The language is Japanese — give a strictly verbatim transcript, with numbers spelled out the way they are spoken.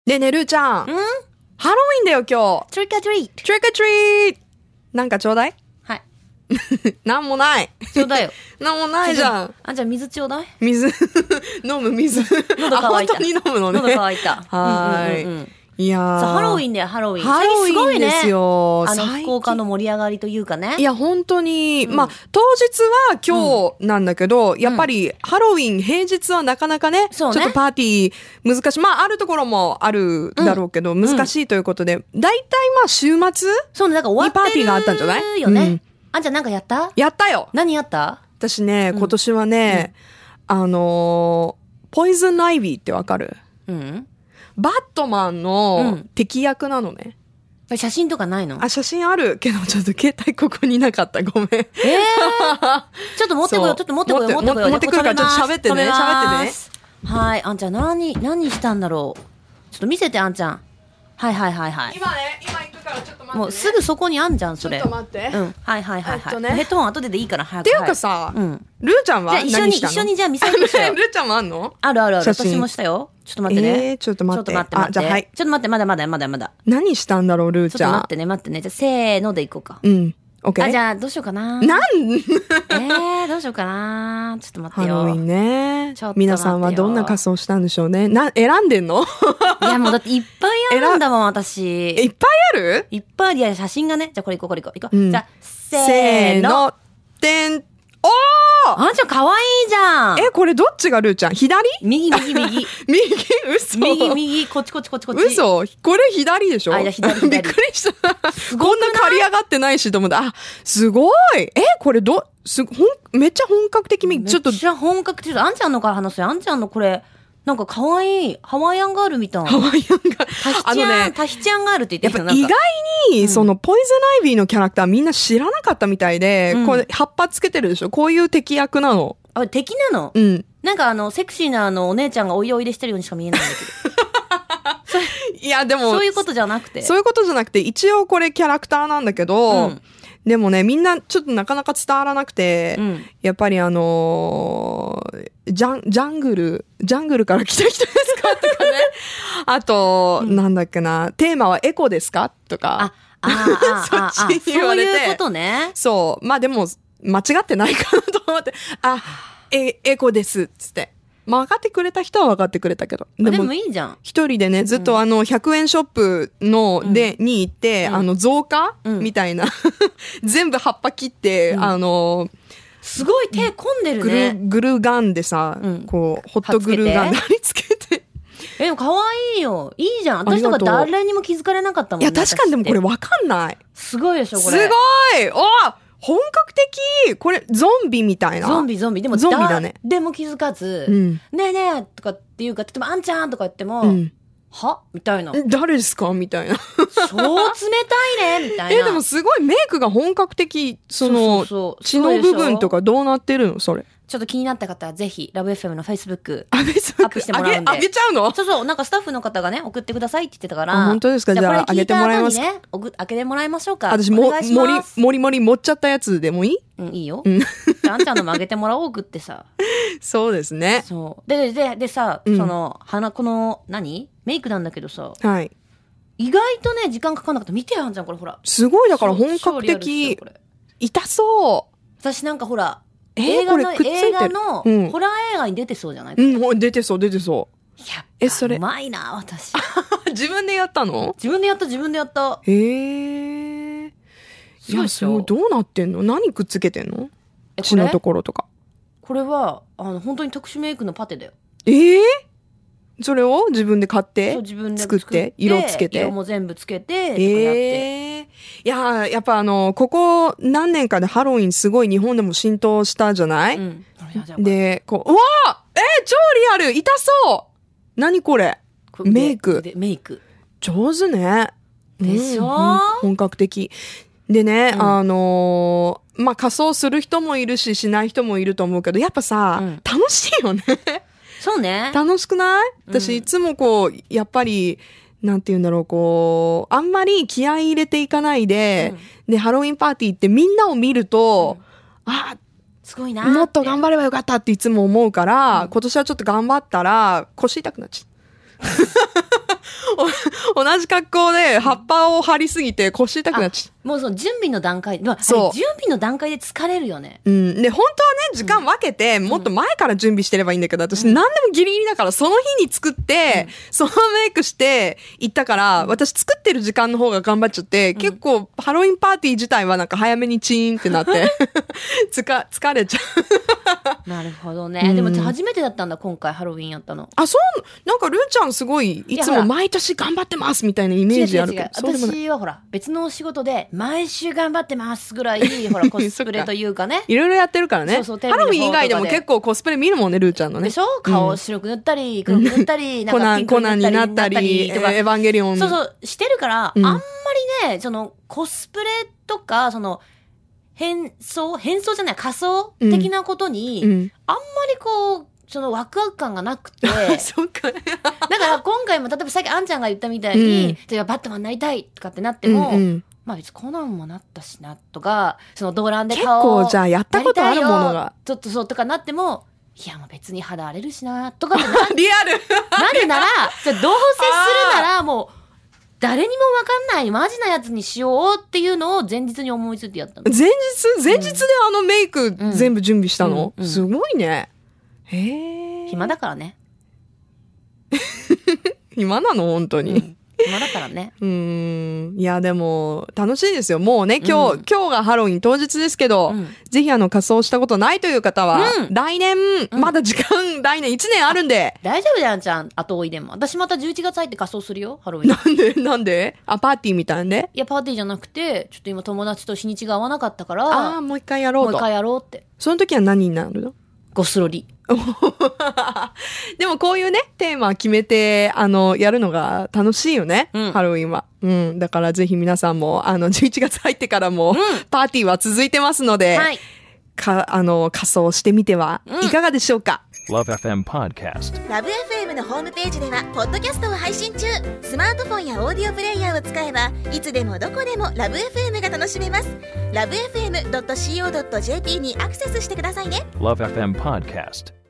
ねえねえるーちゃん、 んハロウィンだよ今日。 トリックアトリート。 トリックアトリート。なんかちょうだい。 はい。 なんもない。 ちょうだいよ。 なんもないじゃん。 あ、じゃあ水ちょうだい。 水飲む水。 喉乾いた。 あ、本当に飲むのね。 喉乾いた。 はーい。 うんうんうん、 いやー。 ハロウィンだよ、ハロウィン。 ハロウィンですよ。 あの、福岡の盛り上がりというかね。 いや、本当に、うん、まあ、当日は今日なんだけど、うん、やっぱりハロウィン平日はなかなかね、ちょっとパーティー難しい。まあ、あるところもあるだろうけど、うん、難しいということで、だいたいまあ、週末そうね、なんか終わってるにパーティーがあったんじゃないよね。うん、 あんちゃんなんかやったやったよ。 何やった私ね、今年はね、うん、あのー、ポイズンアイビーってわかる？ うん。 バットマンの敵役なのね。 うん、写真とかないの？ あ、写真あるけど、ちょっと携帯ここになかった。ごめん。えー、 ちょっと持ってこよう、ちょっと持ってこよう、持ってこよう。 持ってくるから、ちょっと喋ってね、喋ってね。 はい、あんちゃん、何、何したんだろう。ちょっと見せて、あんちゃん。はいはいはいはい。 今ね、今行くからちょっと待って、ね。 もうすぐそこにあんじゃん、それ。 ちょっと待って。 うん。はいはいはいはい。 えっとね、 ヘッドホン後ででいいから早く。 っていうかさ、うん、ルーちゃんはじゃあ一緒に、一緒にじゃあ見せてよ。 ルーちゃんもあんの？ あるあるある。私もしたよ。ちょっと待ってね。 えー、ちょっと待って。 ちょっと待って待って。あ、じゃあはい。ちょっと待って、まだまだまだまだ。 何したんだろう、ルーちゃん。 ちょっと待ってね、待ってね。じゃあせーのでいこうか。 うん。オッケー。 あ、じゃあどうしようかな。 なんえー、どうしようかな。ちょっと待ってよ。 ハロウィンね。皆さんはどんな仮装したんでしょうね。な、選んでんの？ いやもうだっていっぱいあるんだもん、私。 いっぱいある？ いっぱいある。いや、写真がね。じゃあこれいこう、これいこう。いこう。うん、じゃあ、 せーの。てん。おー！ あんちゃんかわいいじゃん。 え、これどっちがルーちゃん？左？ 右、右、右。 右？嘘。 右、右。こっちこっちこっちこっち。 嘘。これ左でしょ？ あ、いや、左、左。 びっくりした。こんな刈り上がってないしと思った。あ、すごい。え、これど、す、ほん、めっちゃ本格的に、ちょっと。 めっちゃ本格的。あんちゃんのから話すよ。あんちゃんのこれ。なんか可愛いハワイアンガールみたいな。 ハワイアンガール。 タヒチアン、ね、タヒチアンガールって言ってる。 やっぱ意外に、その、ポイズンアイビーのキャラクターみんな知らなかったみたいで、うん、これ、葉っぱつけてるでしょ？こういう敵役なの。 あ、敵なの？ うん。 なんかあの、セクシーなあの、お姉ちゃんがおいでおいでしてるようにしか見えないんだけど。 いや、でも。 そういうことじゃなくて。 そういうことじゃなくて、一応これキャラクターなんだけど、うん、でもね、みんなちょっとなかなか伝わらなくて、うん、やっぱりあのー、ジャン、ジャングル、ジャングルから来た人ですかとかね。あと、うん、なんだっけな、テーマはエコですかとか。 あ、ああ、そっちに言われて。そういうことね。 そう。まあでも、間違ってないかなと思って、あ、え、エコです、つって。まあ分かってくれた人は分かってくれたけど。 でも、でもいいじゃん。 一人でね、ずっとあの、ひゃくえんショップの、で、に行って、あの、造花みたいな。全部葉っぱ切って、あの、 すごい手込んでるね。 グル、グルガンでさ、こう、ホットグルガンで貼り付けて。 え、でも可愛いよ。いいじゃん。私とか誰にも気づかれなかったもんね。 いや、確かにでもこれ分かんない。 すごいでしょ、これ。 すごい！お本格的これ、ゾンビみたいな。 ゾンビ、ゾンビ。でも、 ゾンビだね。 でも気づかず、うん、ねえねえとかっていうか、例えば、あんちゃんとか言っても、うん、はみたいな。 誰ですかみたいな。 超冷たいねみたいな。 え、でもすごいメイクが本格的、その、そうそうそう血の部分とかどうなってるのそれ。 ちょっと気になった方はぜひ、ラブ エフエム の Facebook アップしてもらうんで。 あげちゃうの？ そうそう、なんかスタッフの方がね、送ってくださいって言ってたから。 あ、本当ですか？じゃあ、あげてもらいます。 ね、あげてもらいましょうか。 私も、もり、もりもり盛っちゃったやつでもいい？ うん、いいよ。あんちゃんのもあげてもらおうくってさ。 そうですね。 そう。で、で、でさ、うん、その、鼻、この、何？メイクなんだけどさ。 はい。 意外とね、時間かかんなかった。見てよ、あんちゃん、これほら。 すごい、だから本格的。痛そう。 私なんかほら、 映画の、 映画の、ホラー映画に出てそうじゃない？ うん、出てそう、出てそう。 やっぱ、え、それ。うまいな、私。 自分でやったの？ 自分でやった、自分でやった。 へー。いや、すごい、どうなってんの？何くっつけてんの？血のところとか。 これは、あの、本当に特殊メイクのパテだよ。 ええー？それを自分で買って、自分で作って、色つけて。 色も全部つけて、とかやって。 えー、いや、やっぱあの、ここ何年かでハロウィンすごい日本でも浸透したじゃない？うん。で、こう、うわー！えー、超リアル！痛そう！何これ？メイク。 メイク。 上手ね。 でしょ、うん、 本格的。でね、うん、あのー、まあ、仮装する人もいるし、しない人もいると思うけど、やっぱさ、うん、楽しいよね。 そうね。 楽しくない？私、いつもこう、やっぱり、なんて言うんだろう、こう、あんまり気合い入れていかないで、うん、で、ハロウィンパーティーってみんなを見ると、うん、あ、 すごいな。 もっと頑張ればよかったっていつも思うから、うん、今年はちょっと頑張ったら、腰痛くなっちゃう。 同じ格好で葉っぱを張りすぎて腰痛くなっちゃう。 もうその準備の段階、まあ、そう準備の段階で疲れるよね。 うん。で、本当はね、時間分けて、もっと前から準備してればいいんだけど、私何でもギリギリだから、その日に作って、うん、そのメイクして行ったから、うん、私作ってる時間の方が頑張っちゃって、うん、結構ハロウィンパーティー自体はなんか早めにチーンってなって、つか、疲れちゃう。なるほどね。うん、でも初めてだったんだ、今回ハロウィンやったの。 あ、そう、なんかルーちゃんすごい、いつも毎年頑張ってますみたいなイメージあるけど。 違う違う違う。私はほら、別のお仕事で、毎週頑張ってますぐらい、ほら、コスプレというかね。 いろいろやってるからね。そうそう、ハロウィン以外でも結構コスプレ見るもんね、ルーちゃんのね。 でしょ？顔を白く塗ったり、黒く塗ったり、 なんかピンク塗ったり、コナンになったり、エヴァンゲリオン。 そうそう、してるから、あんまりね、その、コスプレとか、その、変装変装じゃない、仮装的なことに、あんまりこう、そのワクワク感がなくて。 そうか。だから今回も、例えばさっきあんちゃんが言ったみたいに、例えばバットマンになりたいとかってなっても、まあ別にコナンもなったしなとか、その動乱で顔を結構じゃあやったことあるものがちょっとそうとかなっても、いやもう別に肌荒れるしなとかってなリアルなるなら、じゃあどうせするならもう誰にもわかんないマジなやつにしようっていうのを前日に思いついてやったの。 前日前日であのメイク全部準備したの、うんうん、すごいね。へえ。 暇だからね。 暇なの本当に。うん暇だからね。 うーん。いや、でも、楽しいですよ。もうね、今日、うん、今日がハロウィン当日ですけど、うん、ぜひあの、仮装したことないという方は、うん、来年、うん、まだ時間、来年いちねんあるんで。 大丈夫じゃん、ちゃん。後追いでも。私またじゅういちがつ入って仮装するよ、ハロウィン。 なんでなんであ、パーティーみたいんでいや、パーティーじゃなくて、ちょっと今友達と日にちが合わなかったから、 ああ、もう一回やろうと。 もう一回やろうって。 その時は何になるの？ ゴスロリ。 でもこういうね、テーマ決めて、あの、やるのが楽しいよね、うん、ハロウィンは。うん。だからぜひ皆さんも、あの、じゅういちがつ入ってからも、うん、パーティーは続いてますので、はい、か、あの、仮装してみてはいかがでしょうか、 うん、ラブ エフエム Podcast。 ラブ エフエム のホームページでは、ポッドキャストを配信中。スマートフォンやオーディオプレイヤーを使えば、いつでもどこでもラブ エフエム が楽しめます。ラブエフエムドットシーオードットジェーピー にアクセスしてくださいね。 ラブ エフエム Podcast。